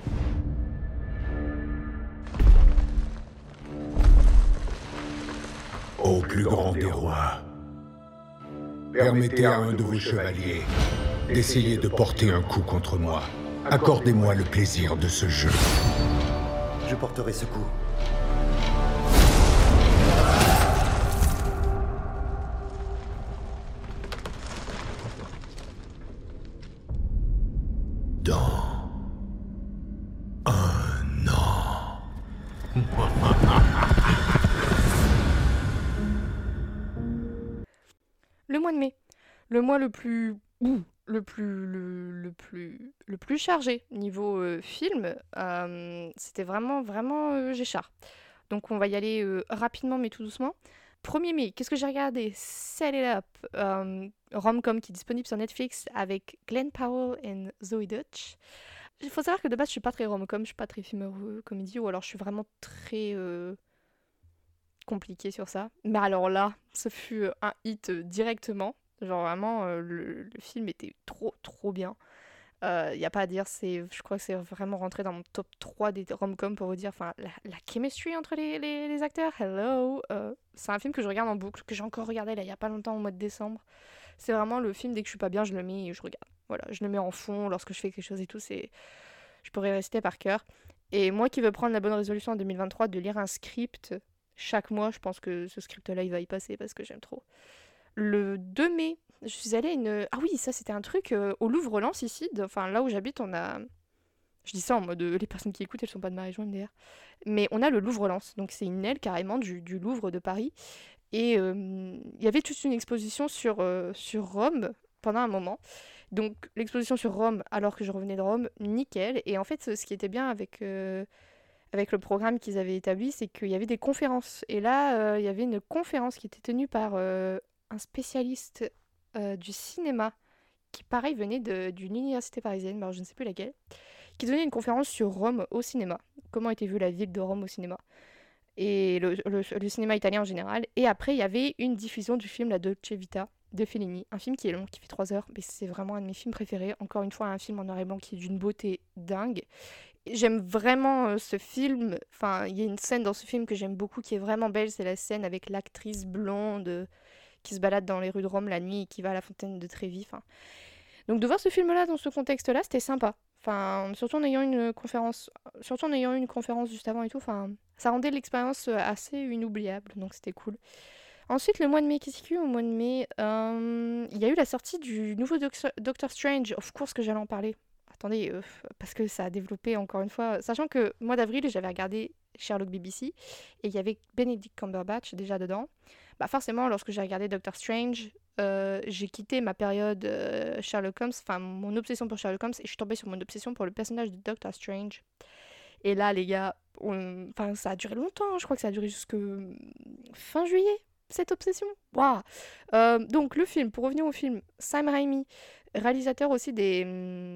Ô plus grand des rois, permettez à un de vos chevaliers d'essayer de porter un coup contre moi. Accordez-moi le plaisir de ce jeu. Je porterai ce coup. Dans un an. Le mois de mai. Le mois le plus... Ouh, le plus... Le, le plus... Le plus chargé niveau euh, film. Euh, c'était vraiment, vraiment euh, Géchard. Donc on va y aller euh, rapidement mais tout doucement. premier mai, qu'est-ce que j'ai regardé? Set It Up, euh, rom-com qui est disponible sur Netflix avec Glenn Powell et Zoe Dutch. Il faut savoir que de base, je suis pas très rom-com, je suis pas très film euh, comédie, ou alors je suis vraiment très euh, compliquée sur ça. Mais alors là, ce fut un hit euh, directement. Genre vraiment, euh, le, le film était trop, trop bien. Il euh, n'y a pas à dire, c'est, je crois que c'est vraiment rentré dans mon top trois des rom-com pour vous dire, enfin, la, la chemistry entre les, les, les acteurs, hello. Euh, c'est un film que je regarde en boucle, que j'ai encore regardé là il n'y a pas longtemps, au mois de décembre. C'est vraiment le film, dès que je suis pas bien, je le mets et je regarde. Voilà, je le mets en fond lorsque je fais quelque chose et tout, c'est... je pourrais réciter par cœur. Et moi qui veux prendre la bonne résolution en deux mille vingt-trois de lire un script chaque mois, je pense que ce script-là, il va y passer parce que j'aime trop. Le deux mai, je suis allée à une... Ah oui, ça c'était un truc euh, au Louvre-Lens ici, de... enfin là où j'habite, on a... Je dis ça en mode, euh, les personnes qui écoutent, elles sont pas de ma région M D R. Mais on a le Louvre-Lens, donc c'est une aile carrément du, du Louvre de Paris. Et il euh, y avait toute une exposition sur, euh, sur Rome pendant un moment. Donc l'exposition sur Rome, alors que je revenais de Rome, nickel. Et en fait, ce qui était bien avec, euh, avec le programme qu'ils avaient établi, c'est qu'il y avait des conférences. Et là, il euh, y avait une conférence qui était tenue par euh, un spécialiste euh, du cinéma, qui pareil venait de, d'une université parisienne, mais alors je ne sais plus laquelle, qui donnait une conférence sur Rome au cinéma. Comment était vue la ville de Rome au cinéma. Et le, le, le cinéma italien en général. Et après, il y avait une diffusion du film La Dolce Vita de Fellini, un film qui est long, qui fait trois heures, mais c'est vraiment un de mes films préférés. Encore une fois, un film en noir et blanc qui est d'une beauté dingue. J'aime vraiment euh, ce film. Enfin, il y a une scène dans ce film que j'aime beaucoup, qui est vraiment belle, c'est la scène avec l'actrice blonde euh, qui se balade dans les rues de Rome la nuit et qui va à la fontaine de Trévi. Enfin, donc de voir ce film-là dans ce contexte-là, c'était sympa. Enfin, surtout en ayant une conférence, surtout en ayant une conférence juste avant et tout. Enfin, ça rendait l'expérience assez inoubliable, donc c'était cool. Ensuite, le mois de mai, qu'est-ce qu'il y a eu au mois de mai euh, il y a eu la sortie du nouveau Doctor, Doctor Strange, of course que j'allais en parler. Attendez, euh, parce que ça a développé encore une fois, sachant que mois d'avril, j'avais regardé Sherlock B B C, et il y avait Benedict Cumberbatch déjà dedans. Bah forcément, lorsque j'ai regardé Doctor Strange, euh, j'ai quitté ma période euh, Sherlock Holmes, enfin mon obsession pour Sherlock Holmes, et je suis tombée sur mon obsession pour le personnage de Doctor Strange. Et là, les gars, on... enfin, ça a duré longtemps, je crois que ça a duré jusque fin juillet, cette obsession. Waouh. Euh, donc, le film, pour revenir au film, Sam Raimi, réalisateur aussi des...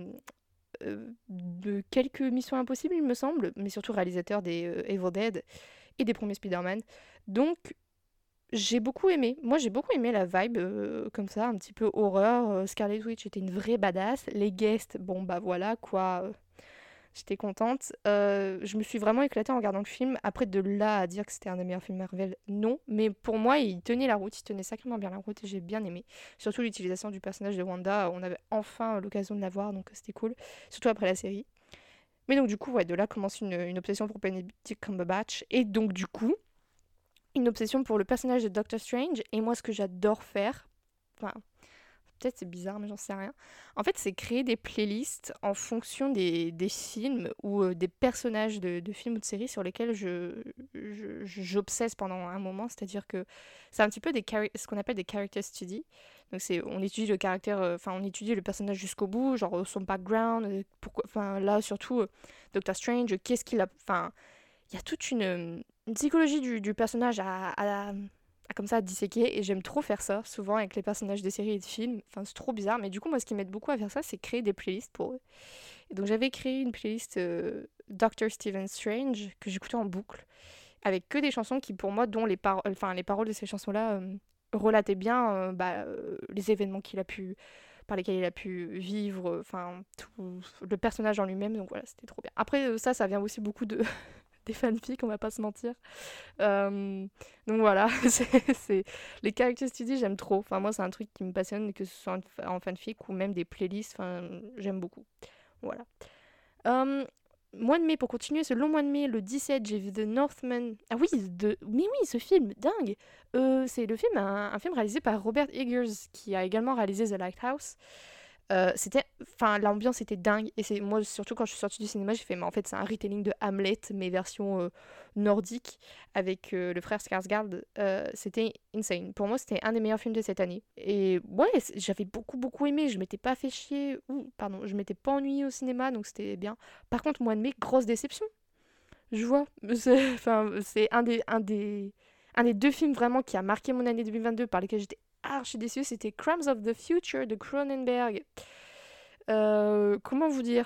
Euh, de quelques Missions Impossibles, il me semble, mais surtout réalisateur des euh, Evil Dead et des premiers Spider-Man. Donc, j'ai beaucoup aimé. Moi, j'ai beaucoup aimé la vibe euh, comme ça, un petit peu horreur. Euh, Scarlet Witch était une vraie badass. Les guests, bon, bah voilà, quoi... Euh... J'étais contente. Euh, je me suis vraiment éclatée en regardant le film. Après, de là à dire que c'était un des meilleurs films Marvel, non. Mais pour moi, il tenait la route. Il tenait sacrément bien la route et j'ai bien aimé. Surtout l'utilisation du personnage de Wanda. On avait enfin l'occasion de la voir, donc c'était cool. Surtout après la série. Mais donc, du coup, ouais, de là commence une, une obsession pour Benedict Cumberbatch. Et donc, du coup, une obsession pour le personnage de Doctor Strange. Et moi, ce que j'adore faire... Enfin... Peut-être c'est bizarre, mais j'en sais rien. En fait, c'est créer des playlists en fonction des, des films ou euh, des personnages de, de films ou de séries sur lesquels je, je, j'obsesse pendant un moment. C'est-à-dire que c'est un petit peu des chari- ce qu'on appelle des character studies. Donc, c'est, on étudie le caractère, enfin, euh, on étudie le personnage jusqu'au bout, genre son background. Euh, pourquoi, enfin, là, surtout, euh, Doctor Strange, qu'est-ce qu'il a. Enfin, il y a toute une, une psychologie du, du personnage à. à comme ça à disséquer, et j'aime trop faire ça, souvent avec les personnages de séries et de films. Enfin, c'est trop bizarre, mais du coup, moi, ce qui m'aide beaucoup à faire ça, c'est créer des playlists pour eux. Et donc, j'avais créé une playlist euh, docteur Stephen Strange, que j'écoutais en boucle, avec que des chansons qui, pour moi, dont les, paro- enfin, les paroles de ces chansons-là euh, relataient bien euh, bah, euh, les événements qu'il a pu, par lesquels il a pu vivre, enfin, tout le personnage en lui-même, donc voilà, c'était trop bien. Après, euh, ça, ça vient aussi beaucoup de... des fanfics, on va pas se mentir. Euh, donc voilà, c'est, c'est... les character studies, j'aime trop. Enfin, moi, c'est un truc qui me passionne, que ce soit en fanfic ou même des playlists, enfin, j'aime beaucoup. Voilà. Euh, mois de mai, pour continuer, ce long mois de mai, le dix-sept, j'ai vu The Northman. Ah oui, de... mais oui, ce film, dingue. Euh, c'est le film, un, un film réalisé par Robert Eggers, qui a également réalisé The Lighthouse. Euh, c'était, enfin, l'ambiance était dingue, et c'est moi surtout quand je suis sortie du cinéma, j'ai fait, mais en fait c'est un retelling de Hamlet, mais version euh, nordique avec euh, le frère Skarsgård. Euh, c'était insane. Pour moi, c'était un des meilleurs films de cette année. Et ouais, j'avais beaucoup beaucoup aimé. Je m'étais pas fait chier, ou pardon, je m'étais pas ennuyée au cinéma, donc c'était bien. Par contre, mois de mai, grosse déception. Je vois, c'est, enfin, c'est un des, un des, un des deux films vraiment qui a marqué mon année deux mille vingt-deux, par lesquels j'étais archi déçue, c'était Crimes of the Future de Cronenberg. Euh, comment vous dire ?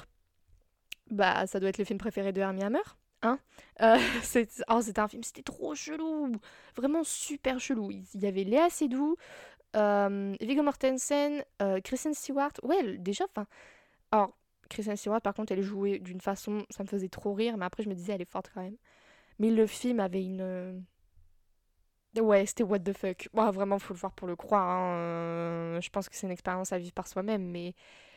Bah, ça doit être le film préféré de Armie Hammer, hein euh, c'est... Oh, c'était un film, c'était trop chelou, vraiment super chelou. Il y avait Léa Seydoux, euh, Viggo Mortensen, euh, Kristen Stewart. Ouais, déjà, enfin... Alors, Kristen Stewart, par contre, elle jouait d'une façon, ça me faisait trop rire, mais après, je me disais, elle est forte quand même. Mais le film avait une... Ouais, c'était what the fuck. Bon, vraiment, faut le voir pour le croire. Hein. Euh, je pense que c'est une expérience à vivre par soi-même, mais...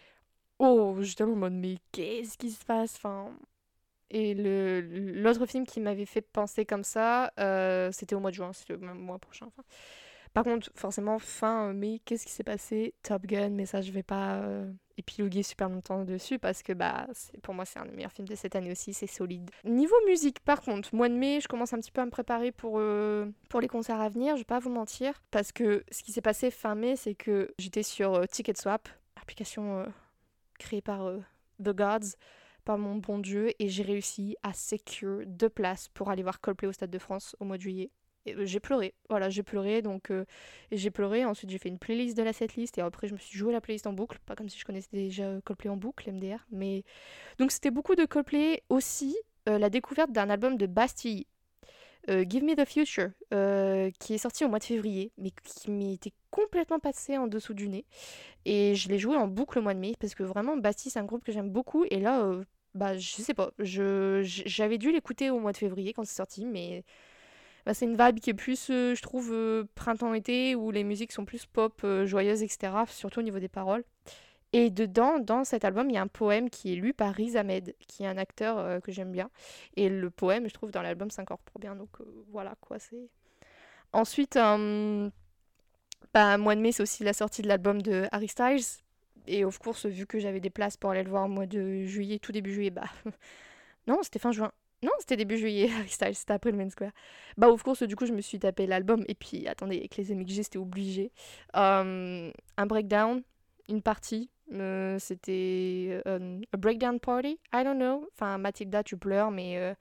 Oh, j'étais en mode, mais qu'est-ce qui se passe enfin... Et le, l'autre film qui m'avait fait penser comme ça, euh, c'était au mois de juin, c'est le mois prochain. Enfin. Par contre, forcément, fin mai, qu'est-ce qui s'est passé ? Top Gun, mais ça, je vais pas euh, épiloguer super longtemps dessus parce que bah, c'est, pour moi, c'est un des meilleurs films de cette année aussi, c'est solide. Niveau musique, par contre, mois de mai, je commence un petit peu à me préparer pour, euh, pour les concerts à venir, je vais pas vous mentir, parce que ce qui s'est passé fin mai, c'est que j'étais sur euh, TicketSwap, application euh, créée par euh, The Gods, par mon bon Dieu, et j'ai réussi à secure deux places pour aller voir Coldplay au Stade de France au mois de juillet. Et j'ai pleuré, voilà, j'ai pleuré, donc euh, j'ai pleuré, ensuite j'ai fait une playlist de la setlist, et après je me suis joué la playlist en boucle, pas comme si je connaissais déjà Coldplay en boucle, M D R, mais... Donc c'était beaucoup de Coldplay, aussi euh, la découverte d'un album de Bastille, euh, Give Me The Future, euh, qui est sorti au mois de février, mais qui m'était complètement passé en dessous du nez, et je l'ai joué en boucle au mois de mai, parce que vraiment Bastille c'est un groupe que j'aime beaucoup, et là, euh, bah je sais pas, je, j'avais dû l'écouter au mois de février quand c'est sorti, mais... Bah, c'est une vibe qui est plus, euh, je trouve, euh, printemps-été, où les musiques sont plus pop, euh, joyeuses, et cetera, surtout au niveau des paroles. Et dedans, dans cet album, il y a un poème qui est lu par Riz Ahmed, qui est un acteur euh, que j'aime bien. Et le poème, je trouve, dans l'album, s'incorpore bien. Donc euh, voilà, quoi, c'est... Ensuite, euh, bah, mois de mai, c'est aussi la sortie de l'album de Harry Styles. Et of course, vu que j'avais des places pour aller le voir au mois de juillet, tout début juillet, bah... non, c'était fin juin. Non, c'était début juillet, Harry Styles, c'était après le Main Square. Bah, of course, du coup, je me suis tapé l'album. Et puis, attendez, avec les amis que j'ai, c'était obligé. Euh, un breakdown, une partie. Euh, c'était euh, a breakdown party, I don't know. Enfin, Mathilda, tu pleures, mais euh,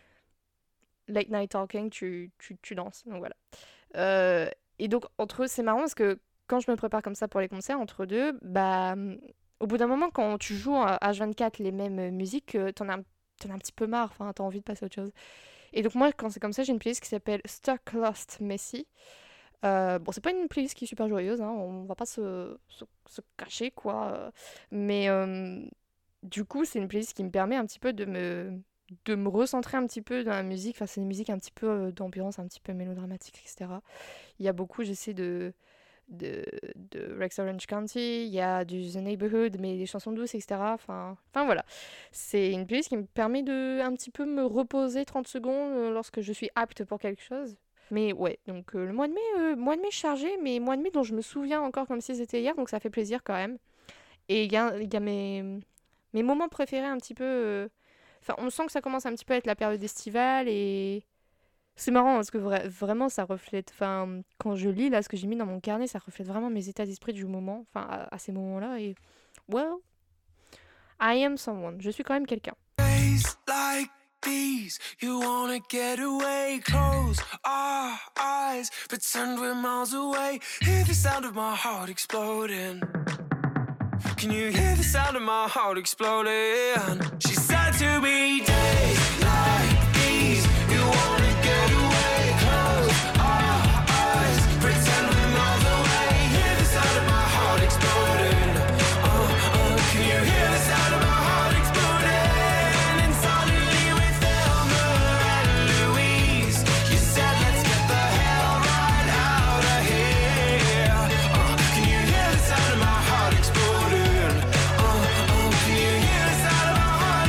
late night talking, tu, tu, tu danses. Donc voilà. Euh, et donc, entre eux, c'est marrant parce que quand je me prépare comme ça pour les concerts, entre deux, bah, au bout d'un moment, quand tu joues à H vingt-quatre les mêmes musiques, t'en as un t'en as un petit peu marre, enfin, t'as envie de passer à autre chose. Et donc moi, quand c'est comme ça, j'ai une playlist qui s'appelle Stuck, Lost, Messy. Euh, bon, c'est pas une playlist qui est super joyeuse, hein, on va pas se, se, se cacher, quoi. Mais euh, du coup, c'est une playlist qui me permet un petit peu de me, de me recentrer un petit peu dans la musique. Enfin, c'est une musique un petit peu euh, d'ambiance, un petit peu mélodramatique, et cetera. Il y a beaucoup, j'essaie de... De, de Rex Orange County, il y a du The Neighborhood, mais des chansons douces, et cetera. Enfin, enfin voilà. C'est une playlist qui me permet de un petit peu me reposer trente secondes euh, lorsque je suis apte pour quelque chose. Mais ouais, donc euh, le mois de mai, euh, mois de mai chargé, mais mois de mai dont je me souviens encore comme si c'était hier, donc ça fait plaisir quand même. Et il y a, y a mes, mes moments préférés un petit peu... Enfin, euh, on sent que ça commence un petit peu à être la période estivale et... C'est marrant parce que vra- vraiment ça reflète, enfin quand je lis là ce que j'ai mis dans mon carnet, ça reflète vraiment mes états d'esprit du moment, enfin à, à ces moments-là et well, I am someone, je suis quand même quelqu'un. Days like these. You wanna get away, close our eyes, pretend we're miles away. Hear the sound of my heart exploding. Can you hear the sound of my heart exploding? She said to me, days like these, you wanna get away, close our eyes, pretend we're miles away. Hear the sound of my heart exploding. Uh, uh, can you hear the sound of my heart exploding? And suddenly with Thelma and Louise, you said let's get the hell right out of here. Uh, can you hear the sound of my heart exploding? Uh, uh, can you hear the sound of my heart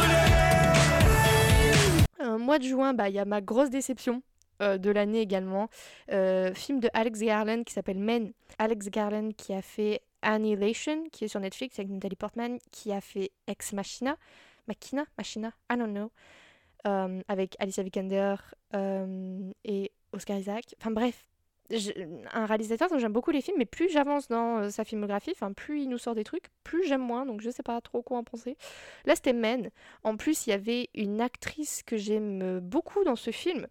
exploding? Un mois de juin, bah il y a ma grosse déception euh, de l'année également. Euh, film de Alex Garland qui s'appelle Men. Alex Garland qui a fait Annihilation, qui est sur Netflix avec Natalie Portman, qui a fait Ex Machina, Machina, Machina, I don't know, euh, avec Alicia Vikander euh, et Oscar Isaac. Enfin bref, je, un réalisateur dont j'aime beaucoup les films, mais plus j'avance dans euh, sa filmographie, enfin plus il nous sort des trucs, plus j'aime moins, donc je sais pas trop quoi en penser. Là c'était Men. En plus il y avait une actrice que j'aime beaucoup dans ce film.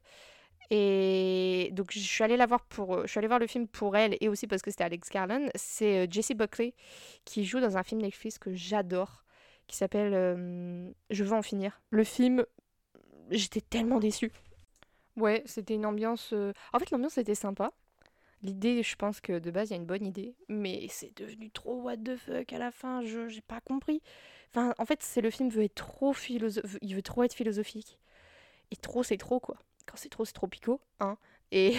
Et donc je suis allée la voir pour, je suis allée voir le film pour elle et aussi parce que c'était Alex Garland. C'est Jessie Buckley qui joue dans un film Netflix que j'adore, qui s'appelle euh, Je veux en finir. Le film, j'étais tellement déçue. Ouais, c'était une ambiance. Euh... En fait, l'ambiance était sympa. L'idée, je pense que de base, il y a une bonne idée, mais c'est devenu trop what the fuck à la fin. Je j'ai pas compris. Enfin, en fait, c'est le film veut être trop philosophique. Il veut trop être philosophique. Et trop, c'est trop quoi. Quand c'est trop, c'est trop picot, hein. Et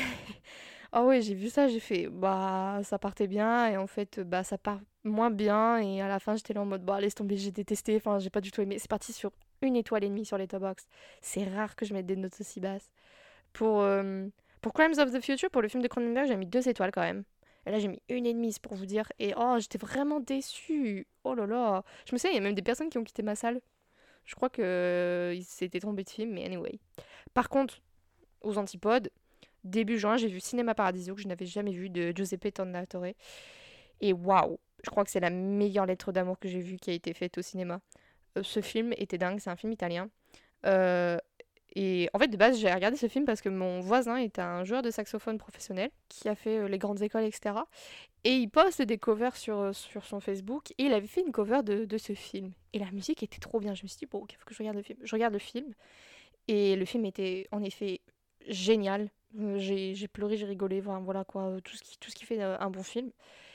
ah ouais, j'ai vu ça, j'ai fait bah ça partait bien et en fait bah ça part moins bien et à la fin j'étais là en mode bah laisse tomber, j'ai détesté, enfin j'ai pas du tout aimé. C'est parti sur une étoile et demie sur Letterboxd. C'est rare que je mette des notes aussi basses. Pour euh, pour Crimes of the Future, pour le film de Cronenberg, j'ai mis deux étoiles quand même. Et là j'ai mis une et demie, c'est pour vous dire. Et oh j'étais vraiment déçue. Oh là là. Je me souviens, il y a même des personnes qui ont quitté ma salle. Je crois que euh, ils s'étaient trompés de film, mais anyway. Par contre, aux antipodes, début juin, j'ai vu Cinéma Paradiso, que je n'avais jamais vu, de Giuseppe Tornatore. Et waouh, je crois que c'est la meilleure lettre d'amour que j'ai vue qui a été faite au cinéma. Euh, ce film était dingue, c'est un film italien. Euh, et en fait, de base, j'ai regardé ce film parce que mon voisin est un joueur de saxophone professionnel qui a fait euh, les grandes écoles, et cetera. Et il poste des covers sur, euh, sur son Facebook. Et il avait fait une cover de, de ce film. Et la musique était trop bien. Je me suis dit, bon, ok, faut que je regarde le film. Je regarde le film. Et le film était en effet génial. Euh, j'ai, j'ai pleuré, j'ai rigolé, enfin, voilà quoi, euh, tout ce qui, tout ce qui fait euh, un bon film.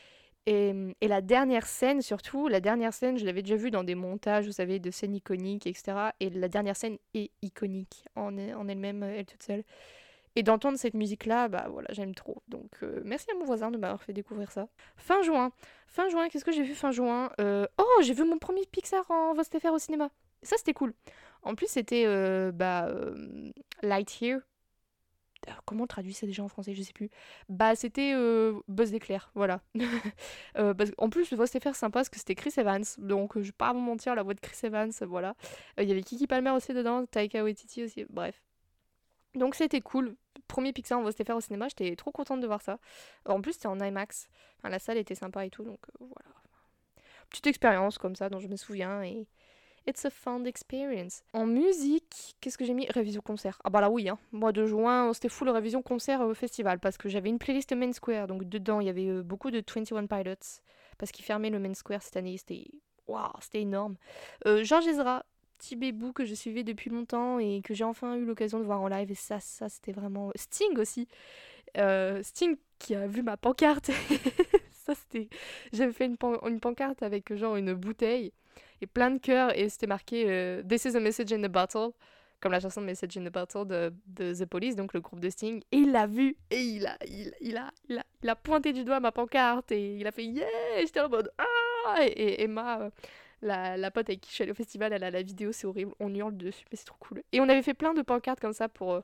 Et, et la dernière scène, surtout, la dernière scène, je l'avais déjà vue dans des montages, vous savez, de scènes iconiques, et cetera. Et la dernière scène est iconique en, en elle-même, elle toute seule. Et d'entendre cette musique-là, bah voilà, j'aime trop. Donc euh, merci à mon voisin de m'avoir fait découvrir ça. Fin juin. Fin juin, qu'est-ce que j'ai vu fin juin euh, Oh, j'ai vu mon premier Pixar en V O S T F R au cinéma. Ça, c'était cool. En plus, c'était euh, bah, euh, Lightyear. Alors, comment on traduit ça déjà en français, je sais plus. Bah c'était euh, Buzz l'éclair, voilà. euh, parce en plus le V O S T F R sympa parce que c'était Chris Evans, donc euh, je vais pas vous mentir, la voix de Chris Evans, voilà. Il euh, y avait Kiki Palmer aussi dedans, Taika Waititi aussi, bref. Donc c'était cool. Premier Pixar en V O S T F R au cinéma, j'étais trop contente de voir ça. En plus c'était en IMAX, enfin, la salle était sympa et tout, donc euh, voilà. Petite expérience comme ça dont je me souviens et... It's a fun experience. En musique, qu'est-ce que j'ai mis? Révision concert. Ah bah là oui, hein. Mois de juin, c'était full révision concert au festival parce que j'avais une playlist Main Square. Donc dedans, il y avait euh, beaucoup de vingt et un Pilots parce qu'ils fermaient le Main Square cette année. C'était waouh, c'était énorme. Euh, Georges Ezra, petit bébou que je suivais depuis longtemps et que j'ai enfin eu l'occasion de voir en live. Et ça, ça c'était vraiment... Sting aussi. Euh, Sting qui a vu ma pancarte. Ça, c'était... J'avais fait une, pan- une pancarte avec genre une bouteille et plein de cœurs et c'était marqué euh, This is a message in a bottle, comme la chanson Message in a Bottle de, de The Police, donc le groupe de Sting. Et il l'a vu et il a, il, il, a, il, a, il a pointé du doigt ma pancarte et il a fait yeah. J'étais en mode ah. Et, et Emma, euh, la, la pote avec qui je suis allée au festival, elle a la vidéo, c'est horrible, on hurle dessus, mais c'est trop cool. Et on avait fait plein de pancartes comme ça pour... Euh,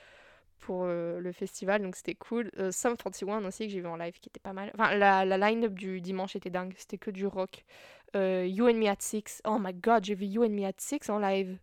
pour euh, le festival, donc c'était cool. Euh, Sum quarante et un aussi que j'ai vu en live qui était pas mal. Enfin la, la line-up du dimanche était dingue, c'était que du rock. euh, You and Me at Six, oh my god, j'ai vu You and Me at Six en live,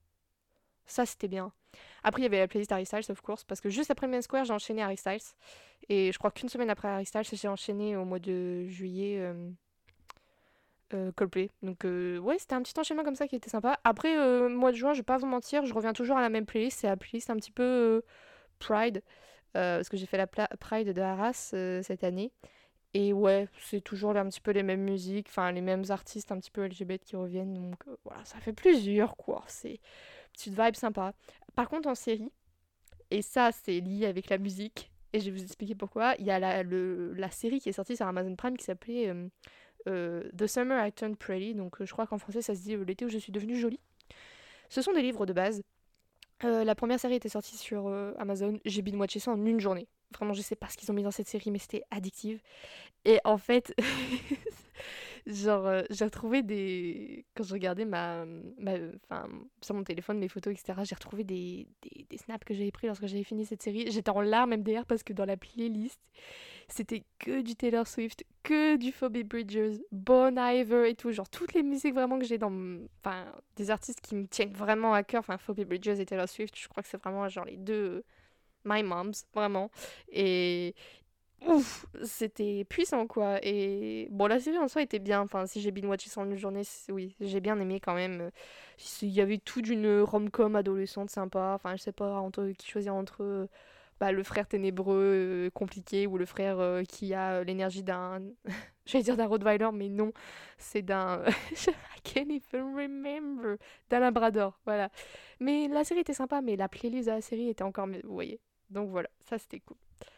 ça c'était bien. Après il y avait la playlist Harry Styles of course, parce que juste après le Main Square j'ai enchaîné Harry Styles et je crois qu'une semaine après Harry Styles j'ai enchaîné au mois de juillet euh, euh, Coldplay. Donc euh, ouais, c'était un petit enchaînement comme ça qui était sympa. Après, euh, mois de juin, je vais pas vous mentir, je reviens toujours à la même playlist. C'est la playlist un petit peu euh, Pride, euh, parce que j'ai fait la pla- Pride de Arras euh, cette année. Et ouais, c'est toujours un petit peu les mêmes musiques, enfin les mêmes artistes un petit peu L G B T qui reviennent. Donc euh, voilà, ça fait plaisir quoi. C'est une petite vibe sympa. Par contre, en série, et ça c'est lié avec la musique, et je vais vous expliquer pourquoi, il y a la, le, la série qui est sortie sur Amazon Prime qui s'appelait euh, euh, The Summer I Turned Pretty. Donc euh, je crois qu'en français ça se dit euh, L'été où je suis devenue jolie. Ce sont des livres de base. Euh, la première série était sortie sur euh, Amazon. J'ai binge-watché ça en une journée. Vraiment, je sais pas ce qu'ils ont mis dans cette série, mais c'était addictive. Et en fait, genre, euh, j'ai retrouvé des... Quand je regardais ma... ma... Enfin, sur mon téléphone, mes photos, et cetera, j'ai retrouvé des, des, des snaps que j'avais pris lorsque j'avais fini cette série. J'étais en larmes M D R parce que dans la playlist, c'était que du Taylor Swift, que du Phoebe Bridgers, Bon Iver et tout. Genre, toutes les musiques vraiment que j'ai dans... Enfin, des artistes qui me tiennent vraiment à cœur. Enfin, Phoebe Bridgers et Taylor Swift, je crois que c'est vraiment genre les deux... My moms, vraiment. Et ouf, c'était puissant quoi. Et bon, la série en soi était bien. Enfin, si j'ai binge-watché ça en une journée, oui, j'ai bien aimé quand même. Il y avait tout d'une rom-com adolescente sympa. Enfin, je sais pas entre qui choisir entre bah, le frère ténébreux euh, compliqué ou le frère euh, qui a euh, l'énergie d'un. J'allais dire d'un Rottweiler, mais non, c'est d'un. I can't even remember. D'un Labrador, voilà. Mais la série était sympa, mais la playlist de la série était encore mieux, vous voyez. Donc voilà, ça c'était cool.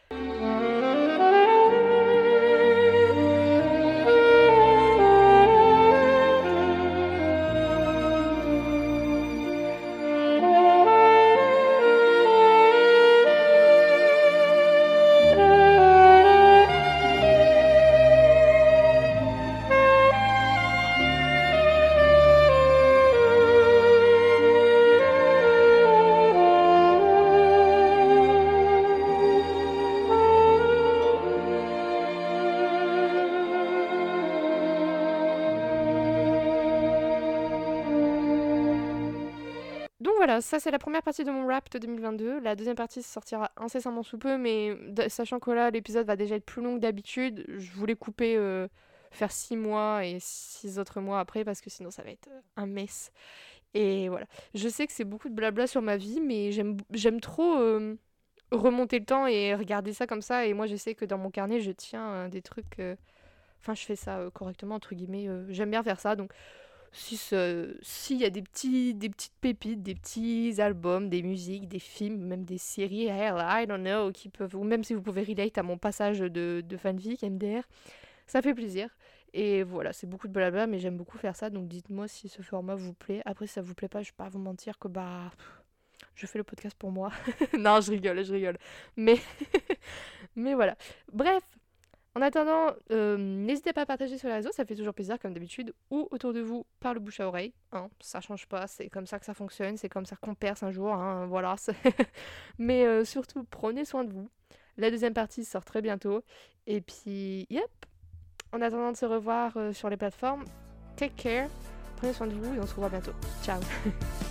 Voilà, ça c'est la première partie de mon rap de deux mille vingt-deux. La deuxième partie sortira incessamment sous peu, mais d- sachant que là l'épisode va déjà être plus long que d'habitude, je voulais couper, euh, faire six mois et six autres mois après parce que sinon ça va être euh, un mess. Et voilà, je sais que c'est beaucoup de blabla sur ma vie, mais j'aime, j'aime trop euh, remonter le temps et regarder ça comme ça. Et moi je sais que dans mon carnet je tiens euh, des trucs, euh... enfin je fais ça euh, correctement entre guillemets, euh, j'aime bien faire ça donc. Si s'il y a des, petits, des petites pépites, des petits albums, des musiques, des films, même des séries, hell, I don't know, qui peuvent, ou même si vous pouvez relate à mon passage de, de fanfic, M D R, ça fait plaisir. Et voilà, c'est beaucoup de blabla, mais j'aime beaucoup faire ça, donc dites-moi si ce format vous plaît. Après, si ça vous plaît pas, je vais pas vous mentir que bah, je fais le podcast pour moi. Non, je rigole, je rigole. Mais, mais voilà. Bref. En attendant, euh, n'hésitez pas à partager sur les réseaux, ça fait toujours plaisir comme d'habitude, ou autour de vous par le bouche à oreille, hein, ça change pas, c'est comme ça que ça fonctionne, c'est comme ça qu'on perce un jour, hein, voilà. Mais euh, surtout, prenez soin de vous. La deuxième partie sort très bientôt, et puis, yep, en attendant de se revoir euh, sur les plateformes, take care, prenez soin de vous et on se revoit bientôt. Ciao.